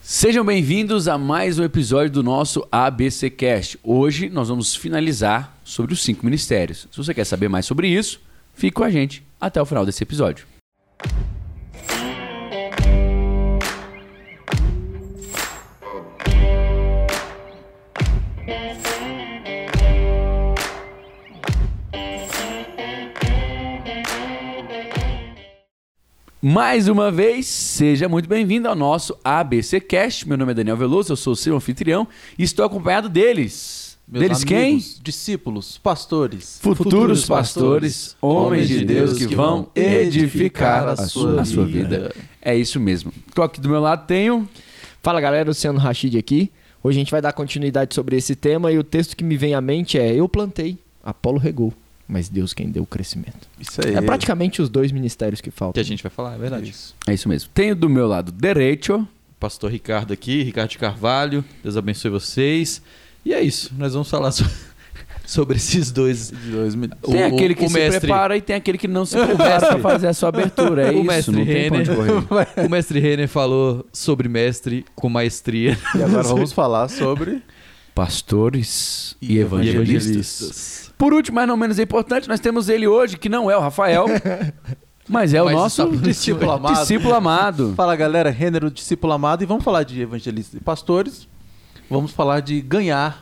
Sejam bem-vindos a mais um episódio do nosso ABC Cast. Hoje nós vamos finalizar sobre os 5 ministérios. Se você quer saber mais sobre isso, fique com a gente até o final desse episódio. Mais uma vez, seja muito bem-vindo ao nosso ABC Cast. Meu nome é Daniel Veloso, eu sou o seu anfitrião e estou acompanhado deles. Meus quem? Amigos, discípulos, pastores. Futuros pastores, homens de Deus que vão edificar a sua vida. É isso mesmo. Estou aqui do meu lado, tenho... Fala galera, Luciano Rachid aqui. Hoje a gente vai dar continuidade sobre esse tema e o texto que me vem à mente é: eu plantei, Apolo regou, mas Deus quem deu o crescimento. Isso aí. É praticamente os 2 ministérios que faltam. Que a gente vai falar, é verdade. É isso mesmo. Tenho do meu lado direito... Pastor Ricardo aqui, Ricardo de Carvalho. Deus abençoe vocês. E é isso, nós vamos falar sobre esses dois. Tem aquele que se prepara e tem aquele que não se prepara para fazer a sua abertura. É o isso, mestre não tem pra onde correr. O mestre Renner falou sobre mestre com maestria. E agora vamos falar sobre... Pastores e evangelistas. Por último, mas não menos importante, nós temos ele hoje, que não é o Rafael, mas é o nosso discípulo amado. Discípulo amado. Fala galera, Renner, o discípulo amado, e vamos falar de evangelistas e pastores. Vamos falar de ganhar,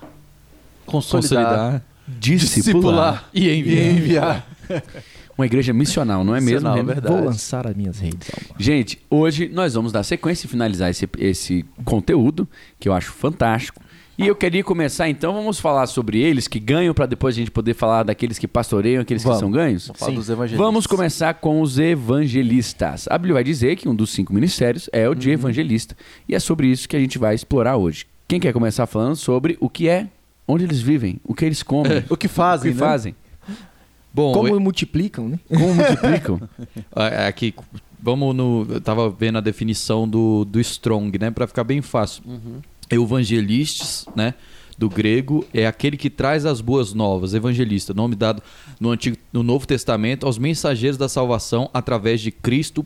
consolidar, discipular e enviar. Uma igreja missional, não é mesmo? Missional, Renner? verdade. Vou lançar as minhas redes. Gente, hoje nós vamos dar sequência e finalizar esse conteúdo, que eu acho fantástico. E eu queria começar, então, vamos falar sobre eles que ganham, para depois a gente poder falar daqueles que pastoreiam, aqueles que são ganhos? Vamos falar dos evangelistas. Vamos começar com os evangelistas. A Bíblia vai dizer que um dos 5 ministérios é o de evangelista. E é sobre isso que a gente vai explorar hoje. Quem quer começar falando sobre o que é, onde eles vivem, o que eles comem, O que fazem, o que fazem, Bom, Como multiplicam, né? como multiplicam. aqui, eu tava vendo a definição do Strong, né? Para ficar bem fácil. Evangelistas, né? Do grego, é aquele que traz as boas novas, evangelista, nome dado no Novo Testamento aos mensageiros da salvação através de Cristo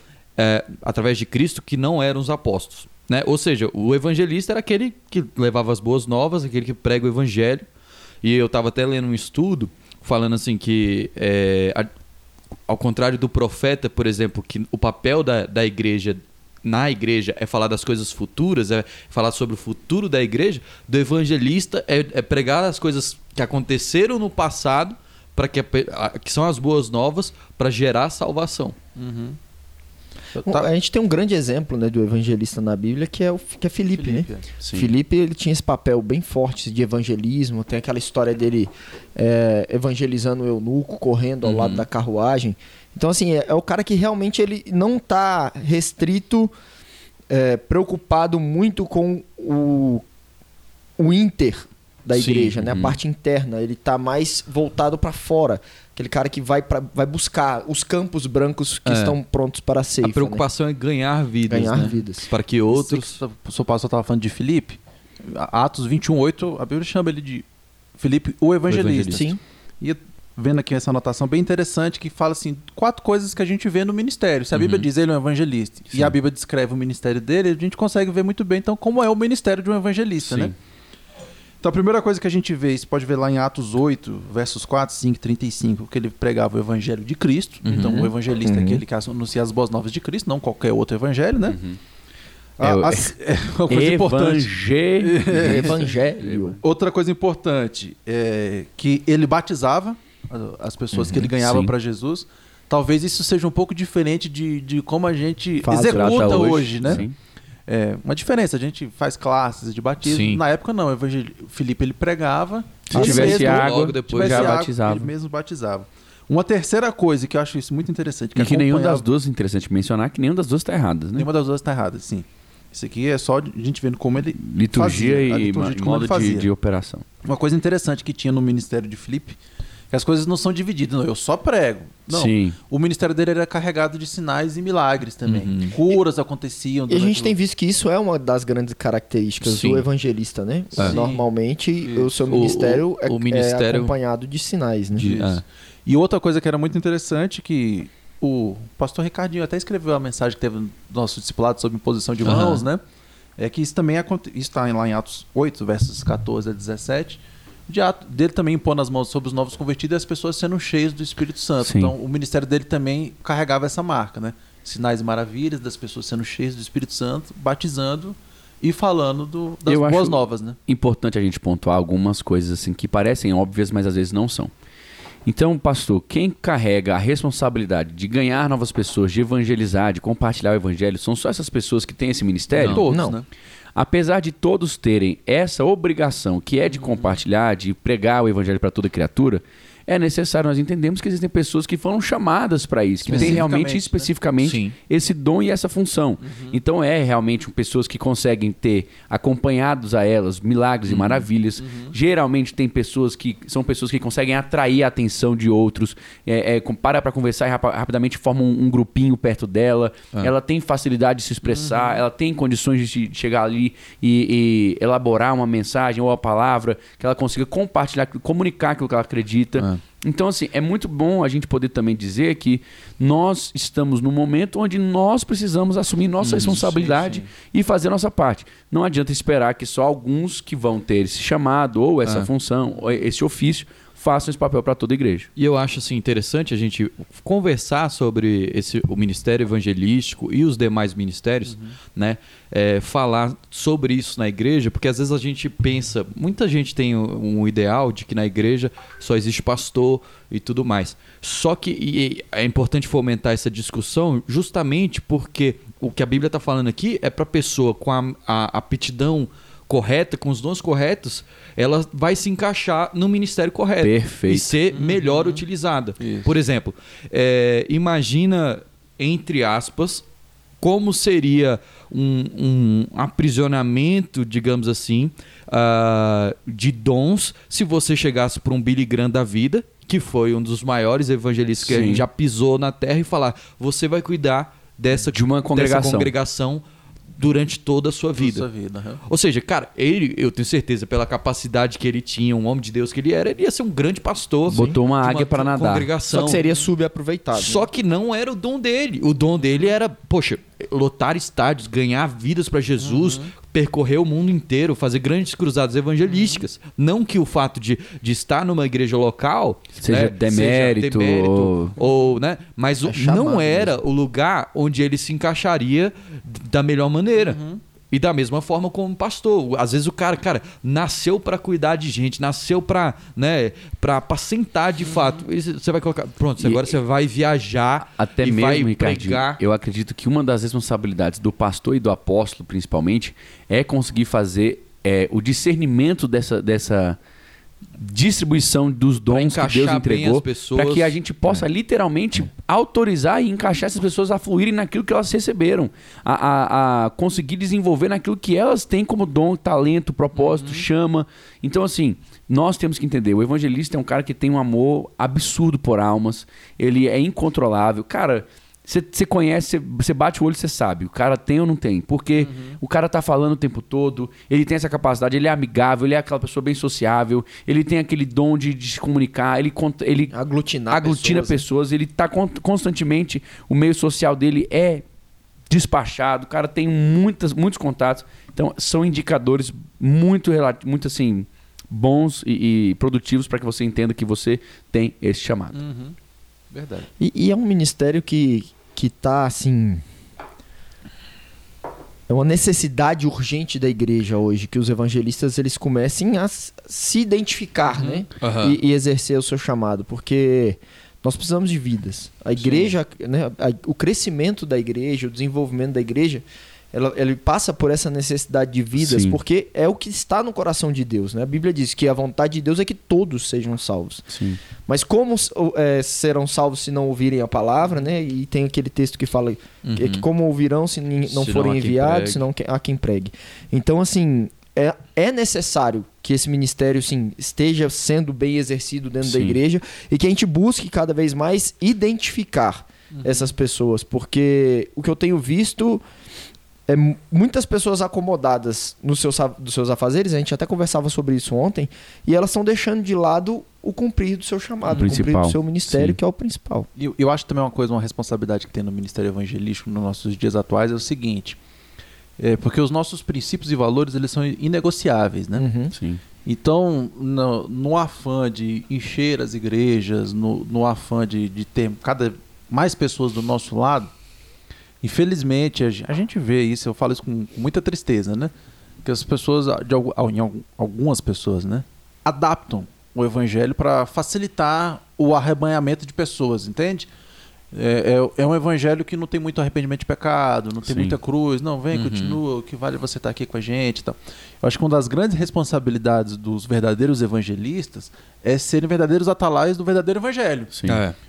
que não eram os apóstolos, né? Ou seja, o evangelista era aquele que levava as boas novas, aquele que prega o evangelho. E eu estava até lendo um estudo falando assim que, ao contrário do profeta, por exemplo, que o papel da igreja na igreja é falar das coisas futuras, é falar sobre o futuro da igreja, do evangelista é pregar as coisas que aconteceram no passado, que são as boas novas, para gerar salvação. A gente tem um grande exemplo, né, do evangelista na Bíblia, que é Filipe, né? Sim. Filipe, ele tinha esse papel bem forte de evangelismo. Tem aquela história dele evangelizando o eunuco, correndo ao lado da carruagem. Então, assim, é o cara que realmente ele não está restrito, preocupado muito com o inter da igreja, né? A parte interna. Ele está mais voltado para fora. Aquele cara que vai buscar os campos brancos que estão prontos para a ceifa. A preocupação é ganhar vidas, Ganhar né? vidas. Para que outros... O seu pastor estava falando de Filipe. Atos 21:8, a Bíblia chama ele de Filipe, o evangelista. Sim. E vendo aqui essa anotação bem interessante que fala assim, 4 coisas que a gente vê no ministério. Se a Bíblia diz ele é um evangelista e a Bíblia descreve o ministério dele, a gente consegue ver muito bem então como é o ministério de um evangelista, né? Então a primeira coisa que a gente vê, você pode ver lá em Atos 8, versos 4, 5, 35, que ele pregava o evangelho de Cristo. Então o evangelista é aquele que anuncia as boas novas de Cristo, não qualquer outro evangelho, né? Uma coisa importante. Evangelho. Outra coisa importante é que ele batizava as pessoas que ele ganhava para Jesus. Talvez isso seja um pouco diferente de como a gente executa hoje, né? Sim. Uma diferença, a gente faz classes de batismo. Sim. Na época não, o Filipe ele pregava. Se tivesse água, logo depois já batizava. Ele mesmo batizava. Uma terceira coisa que eu acho isso muito interessante. E que nenhuma das duas, interessante mencionar, que nenhuma das duas está errada, né? Nenhuma das duas está errada, sim. Isso aqui é só a gente vendo como ele Liturgia fazia, e de como modo ele fazia. de operação. Uma coisa interessante que tinha no ministério de Filipe, que as coisas não são divididas. Não, eu só prego. Não. Sim. O ministério dele era carregado de sinais e milagres também. Curas aconteciam. E a gente tem visto que isso é uma das grandes características do evangelista, né? Normalmente o seu ministério é acompanhado de sinais, né? E outra coisa que era muito interessante, que o pastor Ricardinho até escreveu a mensagem que teve no nosso discipulado sobre imposição de mãos, né? é que isso também está lá em Atos 8, versos 14 a 17, dele também impor as mãos sobre os novos convertidos e as pessoas sendo cheias do Espírito Santo. Sim. Então, o ministério dele também carregava essa marca, né? Sinais e maravilhas das pessoas sendo cheias do Espírito Santo, batizando e falando das boas novas, né? Importante a gente pontuar algumas coisas assim que parecem óbvias, mas às vezes não são. Então, pastor, quem carrega a responsabilidade de ganhar novas pessoas, de evangelizar, de compartilhar o evangelho, são só essas pessoas que têm esse ministério? Todos, Não. né? Apesar de todos terem essa obrigação, que é de compartilhar, de pregar o evangelho para toda criatura, é necessário, nós entendemos que existem pessoas que foram chamadas para isso, que têm realmente, especificamente, Sim. esse dom e essa função. Então é realmente pessoas que conseguem ter acompanhados a elas milagres e maravilhas. Geralmente tem pessoas que são pessoas que conseguem atrair a atenção de outros, para conversar e rapidamente formam um grupinho perto dela. Ela tem facilidade de se expressar, ela tem condições de chegar ali e elaborar uma mensagem ou a palavra que ela consiga compartilhar, comunicar aquilo que ela acredita. Então, assim, é muito bom a gente poder também dizer que nós estamos num momento onde nós precisamos assumir nossa responsabilidade e fazer nossa parte. Não adianta esperar que só alguns que vão ter esse chamado ou essa função, ou esse ofício, façam esse papel para toda a igreja. E eu acho assim, interessante a gente conversar sobre o ministério evangelístico e os demais ministérios, né? Falar sobre isso na igreja, porque às vezes a gente pensa, muita gente tem um ideal de que na igreja só existe pastor e tudo mais. Só que é importante fomentar essa discussão justamente porque o que a Bíblia está falando aqui é para a pessoa com a aptidão correta, com os dons corretos, ela vai se encaixar no ministério correto. Perfeito. E ser melhor utilizada. Isso. Por exemplo, imagina, entre aspas, como seria um aprisionamento, digamos assim, de dons se você chegasse para um Billy Graham da vida, que foi um dos maiores evangelistas que a gente já pisou na terra, e falar, você vai cuidar de uma congregação durante toda a sua vida. Ou seja, cara, eu tenho certeza, pela capacidade que ele tinha, um homem de Deus que ele ia ser um grande pastor. Botou uma águia para nadar. Congregação. Só que seria subaproveitado. Só que não era o dom dele. O dom dele era, poxa, lotar estádios, ganhar vidas para Jesus, percorrer o mundo inteiro, fazer grandes cruzadas evangelísticas. Não que o fato de estar numa igreja local seja demérito ou né? Mas não era o lugar onde ele se encaixaria da melhor maneira. E da mesma forma como pastor. Às vezes o cara nasceu para cuidar de gente, nasceu para, né, para apacentar de fato. E você vai colocar, pronto, agora você vai viajar até e mesmo, vai Ricardinho, pregar. eu acredito que uma das responsabilidades do pastor e do apóstolo, principalmente, é conseguir fazer o discernimento dessa distribuição dos dons que Deus entregou, para que a gente possa literalmente autorizar e encaixar essas pessoas a fluírem naquilo que elas receberam, a conseguir desenvolver naquilo que elas têm como dom, talento, propósito, chama. Então, assim, nós temos que entender, o evangelista é um cara que tem um amor absurdo por almas, ele é incontrolável. Cara, você conhece, você bate o olho e você sabe, o cara tem ou não tem, porque o cara tá falando o tempo todo, ele tem essa capacidade, ele é amigável, ele é aquela pessoa bem sociável, ele tem aquele dom de se comunicar, ele aglutina pessoas, ele tá constantemente, o meio social dele é despachado, o cara tem muitos contatos, então são indicadores muito assim, bons e produtivos para que você entenda que você tem esse chamado. Verdade. E é um ministério que tá assim, é uma necessidade urgente da igreja hoje, que os evangelistas eles comecem a se identificar, né? E exercer o seu chamado, porque nós precisamos de vidas. A igreja, né, o crescimento da igreja, o desenvolvimento da igreja, ele passa por essa necessidade de vidas, porque é o que está no coração de Deus, né? A Bíblia diz que a vontade de Deus é que todos sejam salvos. Mas como serão salvos se não ouvirem a palavra, né? E tem aquele texto que fala que como ouvirão se não forem enviados, senão a quem pregue. Então, assim, é necessário que esse ministério, sim, esteja sendo bem exercido dentro da igreja e que a gente busque cada vez mais identificar essas pessoas, porque o que eu tenho visto é muitas pessoas acomodadas dos seus afazeres, a gente até conversava sobre isso ontem, e elas estão deixando de lado o cumprir do seu chamado, o cumprir do seu ministério, que é o principal. Eu acho também uma responsabilidade que tem no ministério evangelístico nos nossos dias atuais é o seguinte, Porque os nossos princípios e valores, eles são inegociáveis, né? Uhum. Sim. Então, no afã de encher as igrejas, no afã de ter mais pessoas do nosso lado, infelizmente, a gente vê isso, eu falo isso com muita tristeza, né? Que as pessoas, algumas pessoas, né, adaptam o evangelho para facilitar o arrebanhamento de pessoas, entende? É um evangelho que não tem muito arrependimento de pecado, não tem Sim. muita cruz, não, vem, continua, o que vale você estar aqui com a gente e tal. Eu acho que uma das grandes responsabilidades dos verdadeiros evangelistas é serem verdadeiros atalaias do verdadeiro evangelho. Sim.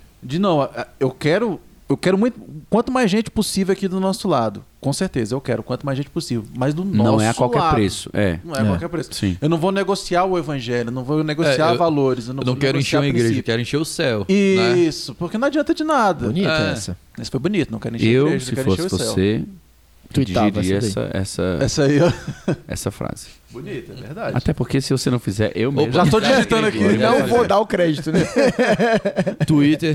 Eu quero muito, quanto mais gente possível aqui do nosso lado. Com certeza, eu quero quanto mais gente possível. Mas do nosso lado. Não é a qualquer preço. Não é a qualquer preço. Sim. Eu não vou negociar o evangelho, não vou negociar valores. Eu não vou quero encher negociar uma igreja, eu princípios. quero encher o céu. Né? Isso, porque não adianta de nada. Bonita essa. Esse foi bonito, não quero encher a Eu, igreja, se quero encher fosse o céu. você, Tuitava diria essa Essa aí, ó. essa frase. Bonita, é verdade. Até porque se você não fizer, eu mesmo. Já tô digitando aqui. Não vou dar o crédito, né? Twitter.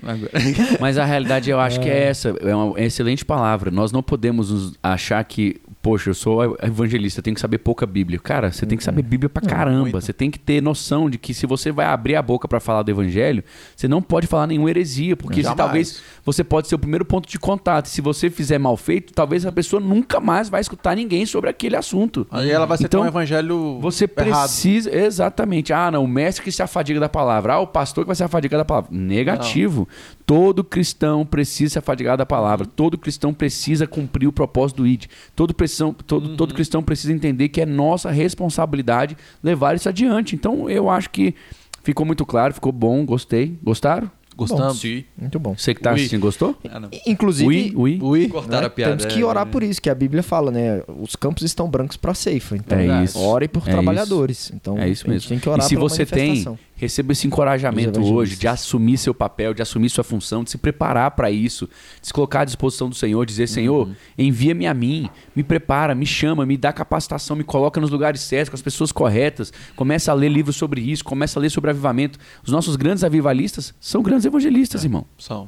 Mas a realidade eu acho que é essa. É uma excelente palavra. Nós não podemos achar que, poxa, eu sou evangelista, eu tenho que saber pouca Bíblia. Cara, você tem que saber Bíblia pra caramba. muito. Você tem que ter noção de que se você vai abrir a boca pra falar do evangelho, você não pode falar nenhuma heresia, porque Jamais. talvez você pode ser o primeiro ponto de contato. Se você fizer mal feito, talvez a pessoa nunca mais vai escutar ninguém sobre aquele assunto. Aí ela vai ser Então, um evangelho Você errado. precisa, exatamente. Ah, não, o mestre que se afadiga da palavra. Ah, o pastor que vai se afadigar da palavra. Negativo. Todo cristão precisa se afadigar da palavra. Todo cristão precisa cumprir o propósito do ID. Todo cristão precisa entender que é nossa responsabilidade levar isso adiante. Então, eu acho que ficou muito claro, ficou bom, gostei. Gostaram? Gostamos. Sim. Muito bom. Você que tá Ui. assistindo, gostou? Ah, não. Inclusive, Ui. Cortaram né, a piada. temos que orar por isso, que a Bíblia fala, né? Os campos estão brancos para a ceifa. Então, É isso. orem por É trabalhadores. Então, É isso a gente mesmo. tem que orar E se pela você tem, manifestação. receba esse encorajamento Dos evangelistas. hoje de assumir seu papel, de assumir sua função, de se preparar para isso, de se colocar à disposição do Senhor, dizer, Senhor, envia-me a mim, me prepara, me chama, me dá capacitação, me coloca nos lugares certos, com as pessoas corretas, começa a ler livros sobre isso, começa a ler sobre avivamento. Os nossos grandes avivalistas são grandes evangelistas, irmão. São.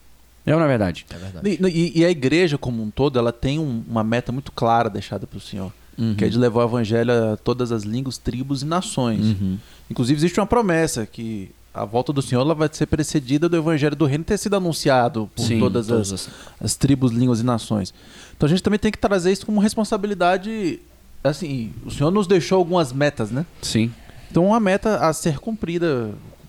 É ou não é verdade? É verdade. E a igreja como um todo, ela tem uma meta muito clara deixada para o Senhor, que é de levar o evangelho a todas as línguas, tribos e nações. Inclusive existe uma promessa que a volta do Senhor ela vai ser precedida do evangelho do reino ter sido anunciado por Sim, todas as tribos, línguas e nações. Então a gente também tem que trazer isso como responsabilidade. Assim, o Senhor nos deixou algumas metas, né? Sim, Então uma meta a ser cumprida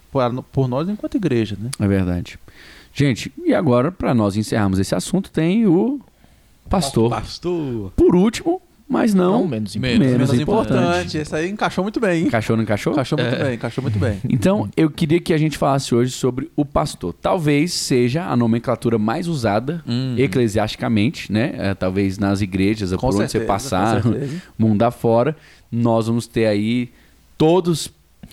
por nós enquanto igreja, né? é verdade. Gente, e agora, para nós encerrarmos esse assunto, tem o pastor. Pastor. Por último, mas não, Não menos menos importante. Esse aí encaixou muito bem, hein? Encaixou, não encaixou? Encaixou muito bem, encaixou muito bem. Então, eu queria que a gente falasse hoje sobre o pastor. Talvez seja a nomenclatura mais usada eclesiasticamente, né? Talvez nas igrejas, Com por onde certeza, você passar, com certeza. mundo afora, nós vamos ter aí todos.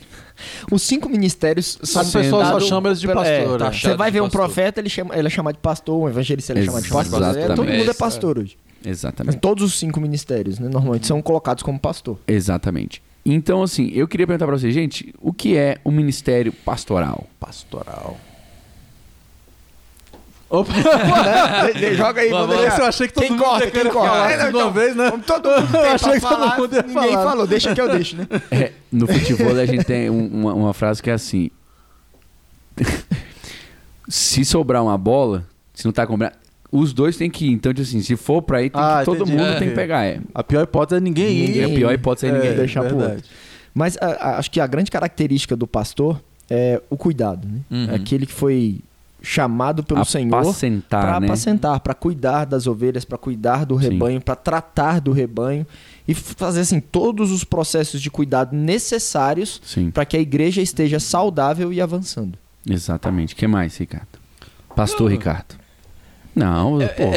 Os 5 ministérios são As pessoas só dados chamam eles de pela- pastor. tá né? Você vai de ver um pastor. profeta, ele é chamado de pastor, um evangelista, ele é chamado de pastor. Exatamente. Todo mundo é pastor hoje. Exatamente. Todos os 5 ministérios, né, normalmente são colocados como pastor. Exatamente. Então, assim, eu queria perguntar pra vocês, gente, o que é o ministério pastoral? Pastoral. Opa! Joga aí, vamos Esse eu deixar. achei que todo Quem mundo corta, ia quem querer corta? falar É, não, de uma então, vez, né? Como todo mundo tem Eu achei pra que todo falar, mundo ia ninguém falar. falou, deixa que eu deixo, né? No futebol a gente tem uma frase que é assim: se sobrar uma bola, se não tá comprando, os dois tem que ir. Então, tipo assim, se for pra ir, tem que todo entendi. mundo tem que pegar. A pior hipótese é ninguém ir. Ninguém A pior hipótese é ninguém deixar pro verdade. outro. Mas acho que a grande característica do pastor é o cuidado, né? É aquele que foi chamado pelo Senhor Apacentar, para né? apacentar, para cuidar das ovelhas, para cuidar do Sim. rebanho, para tratar do rebanho e fazer assim todos os processos de cuidado necessários Sim, para que a igreja esteja saudável e avançando. exatamente. O que mais, Ricardo? Pastor Ricardo. Não, pô.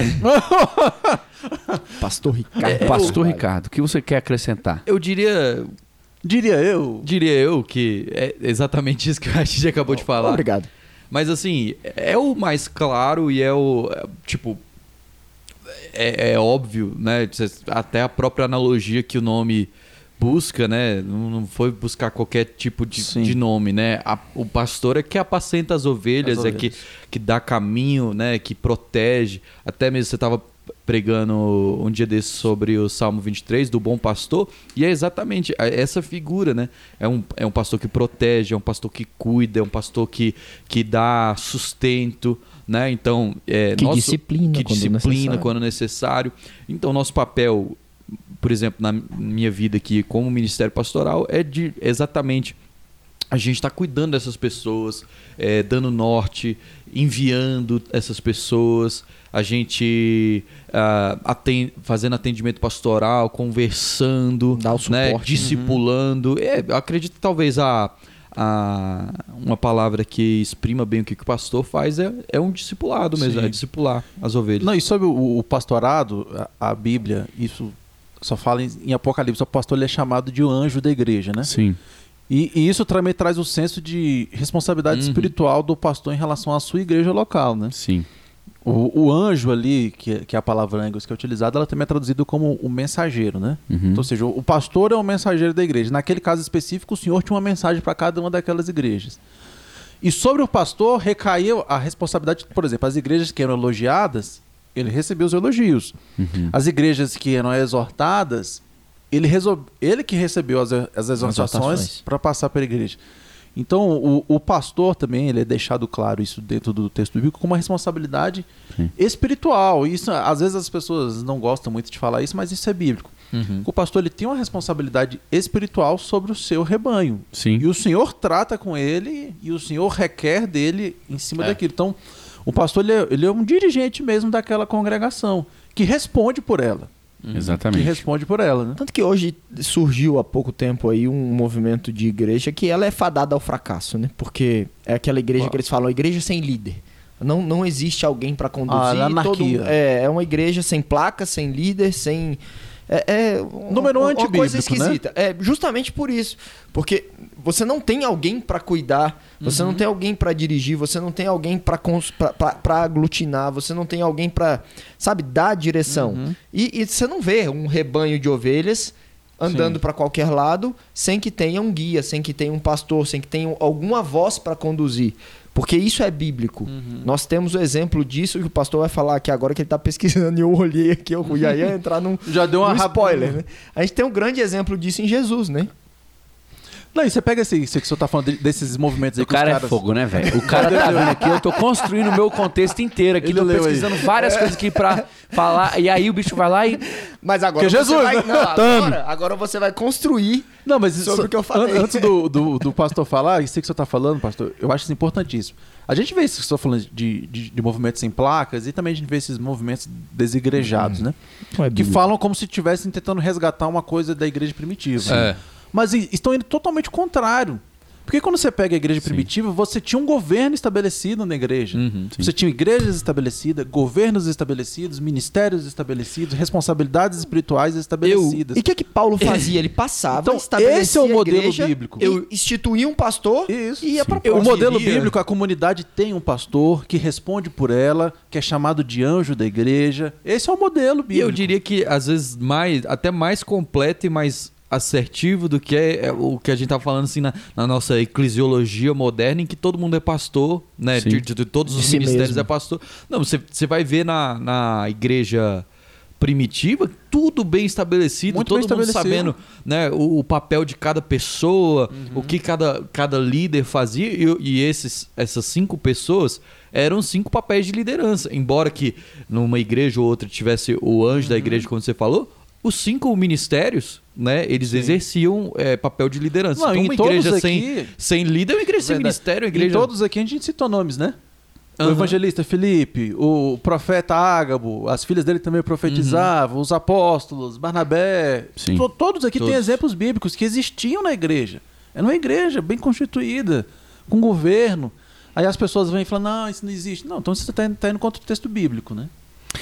Pastor Ricardo. Pastor Ricardo, o que você quer acrescentar? Eu diria Diria eu. que é exatamente isso que a gente acabou de falar. Obrigado. Mas assim, é o mais claro e é o. Tipo. É óbvio, né? Até a própria analogia que o nome busca, né? Não foi buscar qualquer tipo Sim. de nome, né? O pastor é que apacenta as ovelhas, As é ovelhas. que dá caminho, né? Que protege. Até mesmo você estava pregando um dia desses sobre o Salmo 23, do bom pastor, e é exatamente essa figura, né? É um pastor que protege, é um pastor que cuida, é um pastor que dá sustento, né? Então, disciplina quando necessário. Então, nosso papel, por exemplo, na minha vida aqui como ministério pastoral, é de exatamente a gente está cuidando dessas pessoas, dando norte, enviando essas pessoas, a gente fazendo atendimento pastoral, conversando, dá o suporte, né, discipulando. Eu acredito que talvez uma palavra que exprima bem o que o pastor faz é um discipulado mesmo, Sim. é discipular as ovelhas. Não, e sobre o pastorado, a Bíblia, isso só fala em Apocalipse, o pastor ele é chamado de um anjo da igreja, né? Sim. E isso também traz o senso de responsabilidade espiritual do pastor em relação à sua igreja local, né? Sim. O anjo ali, que é a palavra em inglês que é utilizada, ela também é traduzida como o mensageiro, né? Uhum. Então, ou seja, o pastor é o mensageiro da igreja. Naquele caso específico, o Senhor tinha uma mensagem para cada uma daquelas igrejas. E sobre o pastor recaiu a responsabilidade, por exemplo, as igrejas que eram elogiadas, ele recebeu os elogios. Uhum. As igrejas que eram exortadas, ele que recebeu as exortações para passar para a igreja. Então, o pastor também, ele é deixado claro isso dentro do texto bíblico como uma responsabilidade espiritual. Isso, às vezes as pessoas não gostam muito de falar isso, mas isso é bíblico. O pastor ele tem uma responsabilidade espiritual sobre o seu rebanho. Sim. E o Senhor trata com ele e o Senhor requer dele em cima daquilo. Então, o pastor ele é um dirigente mesmo daquela congregação que responde por ela. Exatamente. Que responde por ela, né? Tanto que hoje surgiu há pouco tempo aí um movimento de igreja que ela é fadada ao fracasso, né? Porque é aquela igreja que eles falam, igreja sem líder. Não existe alguém para conduzir. Anarquia. É uma igreja sem placa, sem líder, sem... Número uma coisa antibíblico, esquisita. né? É justamente por isso. Porque você não tem alguém para cuidar, você não tem alguém para dirigir, você não tem alguém para aglutinar, você não tem alguém para, sabe, dar direção. E você não vê um rebanho de ovelhas andando para qualquer lado sem que tenha um guia, sem que tenha um pastor, sem que tenha alguma voz para conduzir. Porque isso é bíblico. Nós temos o exemplo disso que o pastor vai falar aqui agora que ele está pesquisando e eu olhei aqui, eu já ia entrar num spoiler, né? A gente tem um grande exemplo disso em Jesus, né? Não, e você pega isso que o senhor tá falando desses movimentos aí O cara é fogo, né, velho? O cara tá vindo aqui, eu tô construindo o meu contexto inteiro aqui, Ele tô leu pesquisando várias coisas aqui pra falar, e aí o bicho vai lá e... Mas agora Porque você Jesus, vai... né? Não, agora você vai construir Não, mas sobre o que eu falei. Antes do pastor falar, isso que o senhor tá falando, pastor, eu acho isso importantíssimo. A gente vê isso que o senhor falando de movimentos sem placas e também a gente vê esses movimentos desigrejados, né? Que falam como se estivessem tentando resgatar uma coisa da igreja primitiva. Mas estão indo totalmente contrário. Porque quando você pega a igreja primitiva, você tinha um governo estabelecido na igreja. Você tinha igrejas estabelecidas, governos estabelecidos, ministérios estabelecidos, responsabilidades espirituais estabelecidas. E o que Paulo fazia? Ele passava, Então, estabelecia esse é o modelo igreja, bíblico. Instituía um pastor Isso. e ia para O modelo bíblico, a comunidade tem um pastor que responde por ela, que é chamado de anjo da igreja. Esse é o modelo bíblico. E eu diria que, às vezes, até mais completo e mais assertivo do que o que a gente tá falando assim na nossa eclesiologia moderna, em que todo mundo é pastor, né? De todos os ministérios mesmo. É pastor. Não, você vai ver na igreja primitiva, tudo bem estabelecido, Muito todo bem mundo estabelecido. sabendo, né, o papel de cada pessoa, o que cada líder fazia, e essas 5 pessoas eram 5 papéis de liderança. Embora que numa igreja ou outra tivesse o anjo da igreja, como você falou, os 5 ministérios, né, eles exerciam papel de liderança. Não, então, uma igreja sem líder é uma igreja sem ministério. Uma igreja... Em todos aqui a gente citou nomes, né? O evangelista Filipe, o profeta Ágabo, as filhas dele também profetizavam, os apóstolos, Barnabé. Todos aqui têm exemplos bíblicos que existiam na igreja. Era uma igreja bem constituída, com governo. Aí as pessoas vêm e falam, não, isso não existe. Não, então você está indo contra o texto bíblico, né?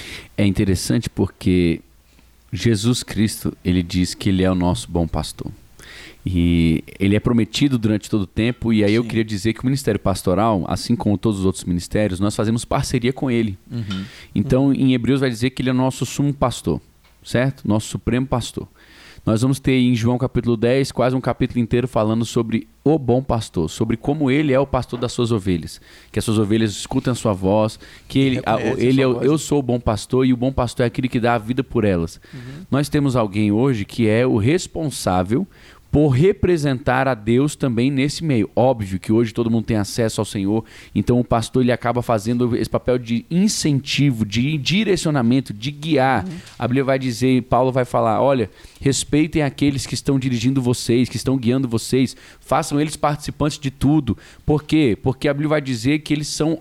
É interessante porque Jesus Cristo, ele diz que ele é o nosso bom pastor. E ele é prometido durante todo o tempo, e aí eu queria dizer que o ministério pastoral, assim como todos os outros ministérios, nós fazemos parceria com ele. Então, em Hebreus vai dizer que ele é o nosso sumo pastor, certo? Nosso supremo pastor. Nós vamos ter em João capítulo 10 quase um capítulo inteiro falando sobre o bom pastor, sobre como ele é o pastor das suas ovelhas, que as suas ovelhas escutam a sua voz, que eu sou o bom pastor e o bom pastor é aquele que dá a vida por elas. Nós temos alguém hoje que é o responsável por representar a Deus também nesse meio. Óbvio que hoje todo mundo tem acesso ao Senhor, então o pastor ele acaba fazendo esse papel de incentivo, de direcionamento, de guiar. A Bíblia vai dizer, Paulo vai falar, olha, respeitem aqueles que estão dirigindo vocês, que estão guiando vocês, façam eles participantes de tudo. Por quê? Porque a Bíblia vai dizer que eles são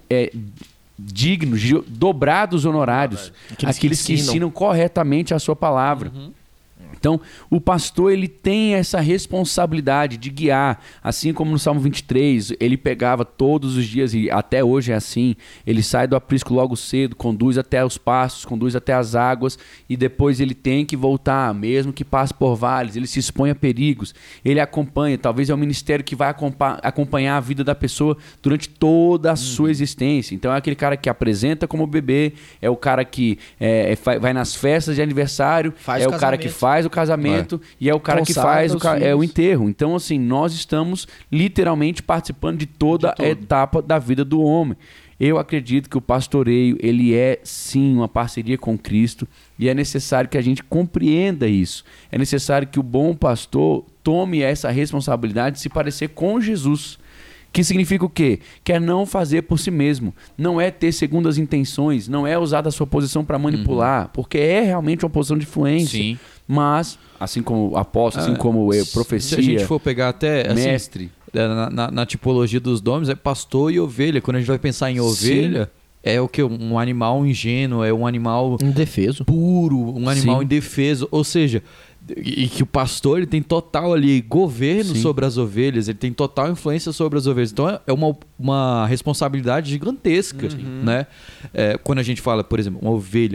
dignos de dobrados honorários, aqueles que ensinam corretamente a sua palavra. Então, o pastor ele tem essa responsabilidade de guiar, assim como no Salmo 23, ele pegava todos os dias, e até hoje é assim, ele sai do aprisco logo cedo, conduz até os pastos, conduz até as águas, e depois ele tem que voltar, mesmo que passe por vales, ele se expõe a perigos, ele acompanha, talvez é um ministério que vai acompanhar a vida da pessoa durante toda a sua existência. Então é aquele cara que apresenta como bebê, é o cara que vai nas festas de aniversário, é o cara que faz o casamento e é o cara que faz o enterro. Então, assim, nós estamos literalmente participando de toda a etapa da vida do homem. Eu acredito que o pastoreio, ele é sim uma parceria com Cristo e é necessário que a gente compreenda isso. É necessário que o bom pastor tome essa responsabilidade de se parecer com Jesus. Que significa o quê? Que é não fazer por si mesmo. Não é ter segundas intenções, não é usar da sua posição para manipular, porque é realmente uma posição de influência. Sim. Mas, assim como apóstolo, assim como profecia, se a gente for pegar até mestre, assim, na tipologia dos nomes, é pastor e ovelha. Quando a gente vai pensar em ovelha, é o que? Um animal ingênuo, é um animal indefeso, puro, um animal indefeso. Ou seja, e que o pastor ele tem total ali governo sobre as ovelhas, ele tem total influência sobre as ovelhas. Então é uma responsabilidade gigantesca, né? Quando a gente fala, por exemplo, uma ovelha,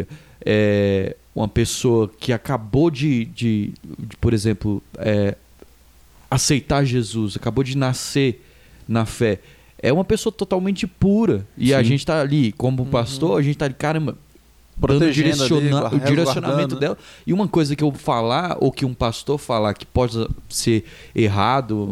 uma pessoa que acabou de por exemplo, aceitar Jesus, acabou de nascer na fé, é uma pessoa totalmente pura. E a gente tá ali, como pastor, a gente tá ali, caramba, protegendo o direcionamento dela. E uma coisa que eu falar, ou que um pastor falar, que pode ser errado,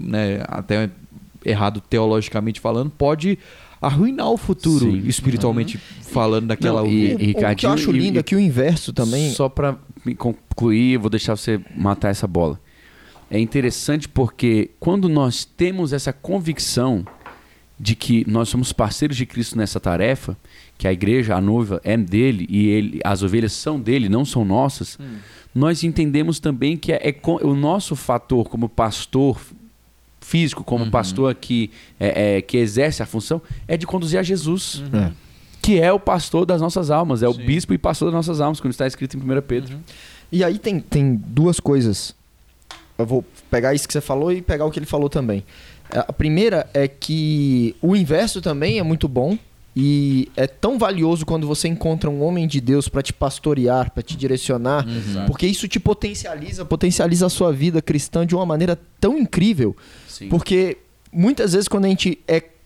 até errado teologicamente falando, pode arruinar o futuro, espiritualmente falando daquela ovelha. O que eu acho lindo é que o inverso também... Só para concluir, vou deixar você matar essa bola. É interessante porque quando nós temos essa convicção de que nós somos parceiros de Cristo nessa tarefa, que a igreja, a noiva é dele e as ovelhas são dele, não são nossas, nós entendemos também que o nosso fator como pastor físico, como pastor que exerce a função, é de conduzir a Jesus, que é o pastor das nossas almas, é o bispo e pastor das nossas almas, como está escrito em 1 Pedro. E aí tem duas coisas. Eu vou pegar isso que você falou e pegar o que ele falou também. A primeira é que o inverso também é muito bom e é tão valioso quando você encontra um homem de Deus para te pastorear, para te direcionar, porque isso te potencializa a sua vida cristã de uma maneira tão incrível. Sim. Porque muitas vezes quando a gente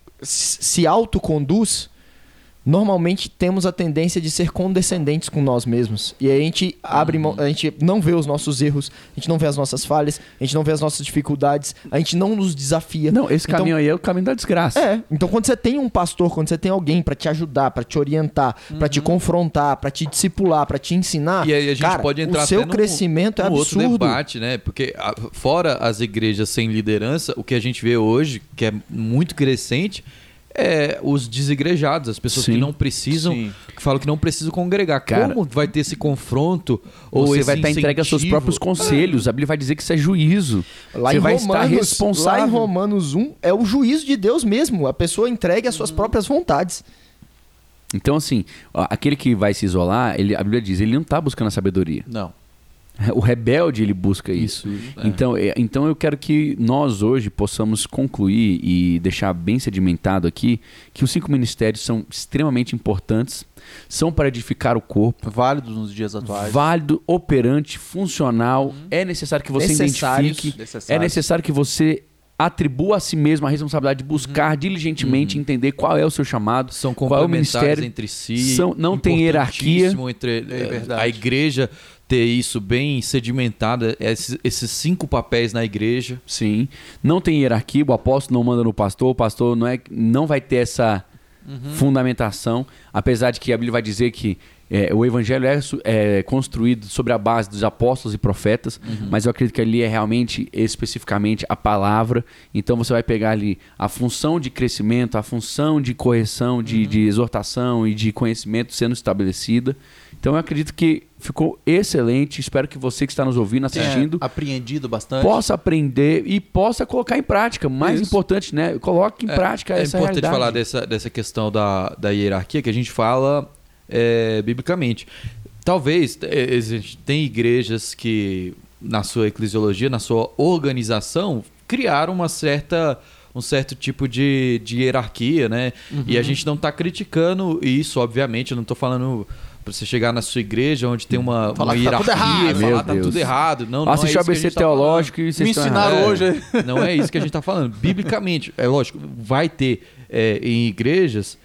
se autoconduz, normalmente temos a tendência de ser condescendentes com nós mesmos. E aí a gente abre mão, a gente não vê os nossos erros, a gente não vê as nossas falhas, a gente não vê as nossas dificuldades, a gente não nos desafia. Não, esse caminho aí é o caminho da desgraça. Então quando você tem um pastor, quando você tem alguém pra te ajudar, pra te orientar, pra te confrontar, pra te discipular, pra te ensinar, e aí a gente pode entrar o seu crescimento é absurdo. Outro debate, né? Porque fora as igrejas sem liderança, o que a gente vê hoje, que é muito crescente, os desigrejados, as pessoas que não precisam, que falam que não precisam congregar. Cara, como vai ter esse confronto? Ou você esse vai estar entregue aos seus próprios conselhos. A Bíblia vai dizer que isso é juízo. Você vai estar responsável. Lá em Romanos 1 é o juízo de Deus mesmo. A pessoa entregue às suas próprias vontades. Então, assim, aquele que vai se isolar, a Bíblia diz, ele não está buscando a sabedoria. Não. O rebelde, ele busca isso. Então eu quero que nós hoje possamos concluir e deixar bem sedimentado aqui que os 5 ministérios são extremamente importantes, são para edificar o corpo. Válido nos dias atuais. Válido, operante, funcional. É necessário que você identifique. É necessário que você atribua a si mesmo a responsabilidade de buscar diligentemente entender qual é o seu chamado, são qual é o ministério entre si, não tem hierarquia entre a igreja ter isso bem sedimentado, esses 5 papéis na igreja. Sim. Não tem hierarquia, o apóstolo não manda no pastor, o pastor não vai ter essa fundamentação, apesar de que a Bíblia vai dizer que o evangelho é construído sobre a base dos apóstolos e profetas, mas eu acredito que ali é realmente, especificamente, a palavra. Então você vai pegar ali a função de crescimento, a função de correção, de exortação e de conhecimento sendo estabelecida. Então eu acredito que ficou excelente. Espero que você que está nos ouvindo, assistindo, apreendido bastante, possa aprender e possa colocar em prática. Mais importante, né? Coloque em prática essa realidade. É importante falar dessa questão da hierarquia que a gente fala biblicamente. Talvez tem igrejas que na sua eclesiologia, na sua organização, criaram um certo tipo de hierarquia, né? E a gente não está criticando isso, obviamente. Eu não estou falando para você chegar na sua igreja onde tem uma hierarquia e falar que tá tudo errado. Não, assistir o ABC teológico e vocês me ensinaram hoje. Não é isso que a gente está falando. Biblicamente, é lógico, vai ter em igrejas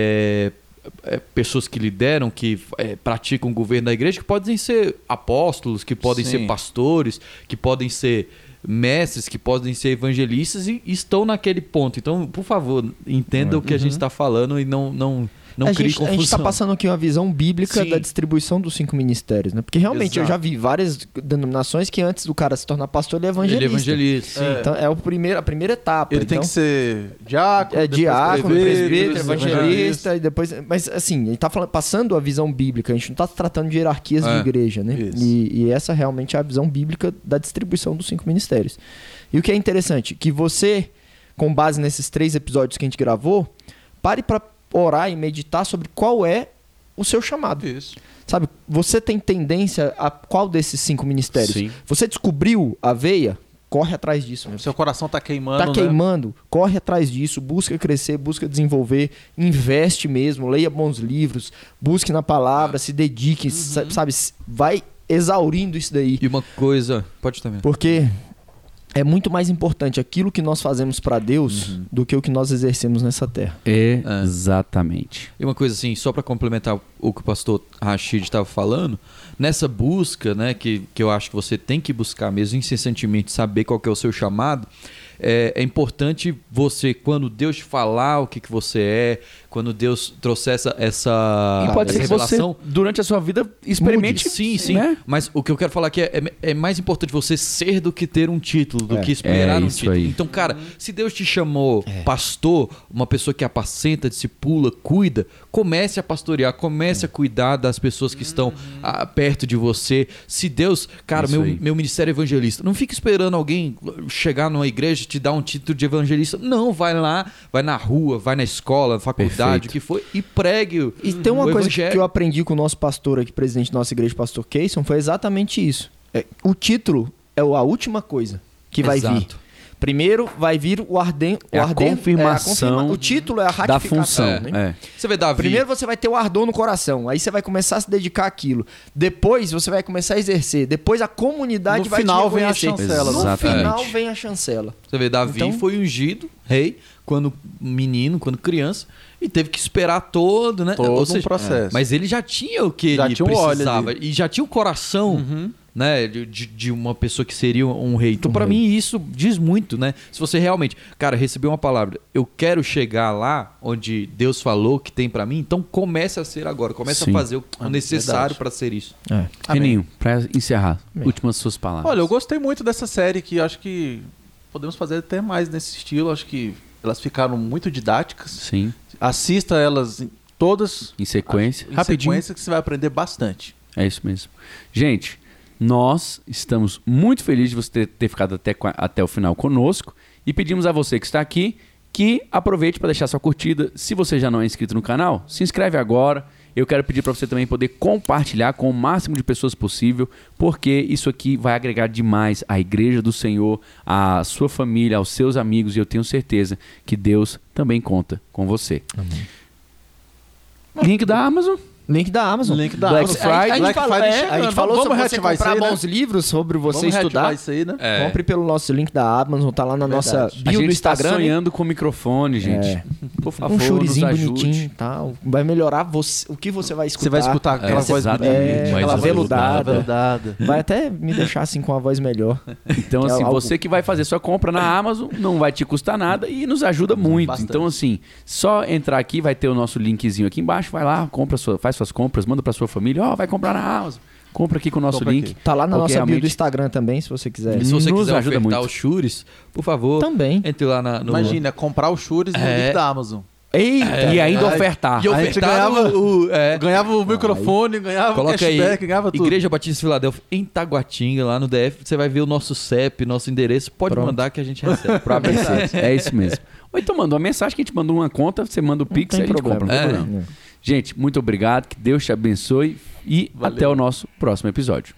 pessoas que lideram, que praticam o governo da igreja, que podem ser apóstolos, que podem ser pastores, que podem ser mestres, que podem ser evangelistas e estão naquele ponto. Então, por favor, entenda o que a gente está falando e não crie confusão. A gente está passando aqui uma visão bíblica da distribuição dos 5 ministérios, né? Porque realmente eu já vi várias denominações que antes do cara se tornar pastor, ele é evangelista. Ele é evangelista, sim. Então é a primeira etapa. Ele tem que ser diácono, presbítero, evangelista e depois... Mas assim, ele está passando a visão bíblica, a gente não está tratando de hierarquias de igreja, né? E essa realmente é a visão bíblica da distribuição dos 5 ministérios. E o que é interessante, que você, com base nesses 3 episódios que a gente gravou, pare para orar e meditar sobre qual é o seu chamado. Isso. Sabe, você tem tendência a qual desses 5 ministérios? Sim. Você descobriu a veia? Corre atrás disso. Seu coração está queimando, Está queimando, corre atrás disso, busca crescer, busca desenvolver, investe mesmo, leia bons livros, busque na palavra, se dedique, sabe, vai exaurindo isso daí. E uma coisa... Pode também. Porque... é muito mais importante aquilo que nós fazemos para Deus do que o que nós exercemos nessa terra. Exatamente. E uma coisa assim, só para complementar o que o pastor Rashid estava falando, nessa busca, né, que eu acho que você tem que buscar mesmo incessantemente, saber qual que é o seu chamado, é importante você, quando Deus te falar o que você quando Deus trouxer essa e pode ser que revelação, você, durante a sua vida, experimente. Sim, né? Mas o que eu quero falar aqui é mais importante você ser do que ter um título, do que esperar um título. Aí. Então, cara, se Deus te chamou pastor, uma pessoa que apacenta, discipula, cuida, comece a pastorear, comece a cuidar das pessoas que estão perto de você. Se Deus, cara, meu ministério é evangelista, não fique esperando alguém chegar numa igreja e te dar um título de evangelista. Não, vai lá, vai na rua, vai na escola, na faculdade, o que for, e pregue e tem uma coisa que eu aprendi com o nosso pastor aqui, presidente da nossa igreja, pastor Keyson, foi exatamente isso. O título é a última coisa que vai vir. Primeiro vai vir a confirmação o título é a ratificação. Da função. Né? Você vê, Davi. Primeiro você vai ter o ardor no coração, aí você vai começar a se dedicar àquilo. Depois você vai começar a exercer. Depois a comunidade vai te reconhecer. No final vem a chancela. Você vê, Davi foi ungido rei quando menino, quando criança, e teve que esperar todo, né? Todo um processo. Mas ele já tinha o que ele precisava e já tinha o coração, né, de uma pessoa que seria um rei. Então, para mim, isso diz muito, né? Se você realmente, cara, recebeu uma palavra, eu quero chegar lá onde Deus falou que tem para mim, então comece a ser agora, comece a fazer o necessário para ser isso. Reninho, para encerrar, últimas suas palavras. Olha, eu gostei muito dessa série, que acho que podemos fazer até mais nesse estilo. Acho que elas ficaram muito didáticas. Sim. Assista elas todas em sequência. Rapidinho. Que você vai aprender bastante. É isso mesmo. Gente, nós estamos muito felizes de você ter ficado até o final conosco e pedimos a você que está aqui que aproveite para deixar sua curtida. Se você já não é inscrito no canal, se inscreve agora. Eu quero pedir para você também poder compartilhar com o máximo de pessoas possível, porque isso aqui vai agregar demais à Igreja do Senhor, à sua família, aos seus amigos, e eu tenho certeza que Deus também conta com você. Amém. Link da Amazon. Link da Amazon. Link da Black Amazon. Friday. A gente Black falou, Friday a chegando. gente falou Vamos sobre você reativar isso comprar aí, né? bons livros, sobre você Vamos estudar. reativar isso aí, né? É. Compre pelo nosso link da Amazon, tá lá na nossa Verdade. A bio do gente Instagram. tá né? sonhando com o microfone, gente. É. Por favor, Um nos churizinho ajude. bonitinho e tal. Vai melhorar o que você vai escutar. Você vai escutar aquela voz exatamente. bonita, Mais aquela aveludada. veludada. Vai até me deixar assim com a voz melhor. Então, Que é assim, algo- você que vai fazer sua compra na Amazon, não vai te custar nada e nos ajuda muito. Bastante. Então, assim, só entrar aqui, vai ter o nosso linkzinho aqui embaixo, vai lá, faz suas compras, manda pra sua família, vai comprar na Amazon. Compra aqui com o nosso Compra link. aqui. Tá lá na Porque nossa bio do realmente- Instagram também, se você quiser. E se você Nos quiser ajuda ofertar muito. os chures, por favor, Também. entre lá no... Imagina, comprar o Chures no link da Amazon. Eita! E ainda Ai, ofertar. E A gente ofertar ganhava- o o microfone, ganhava o Coloca aí, cashback, ganhava tudo. Igreja Batista Filadélfia, em Taguatinga, lá no DF, você vai ver o nosso CEP, nosso endereço, pode Pronto. mandar que a gente recebe. Pro ABC. É isso mesmo. Ou então mandou uma mensagem que a gente mandou uma conta, você manda o Pix e a tem gente problema. compra. Não tem É. problema. Gente, muito obrigado, que Deus te abençoe e Valeu. até o nosso próximo episódio.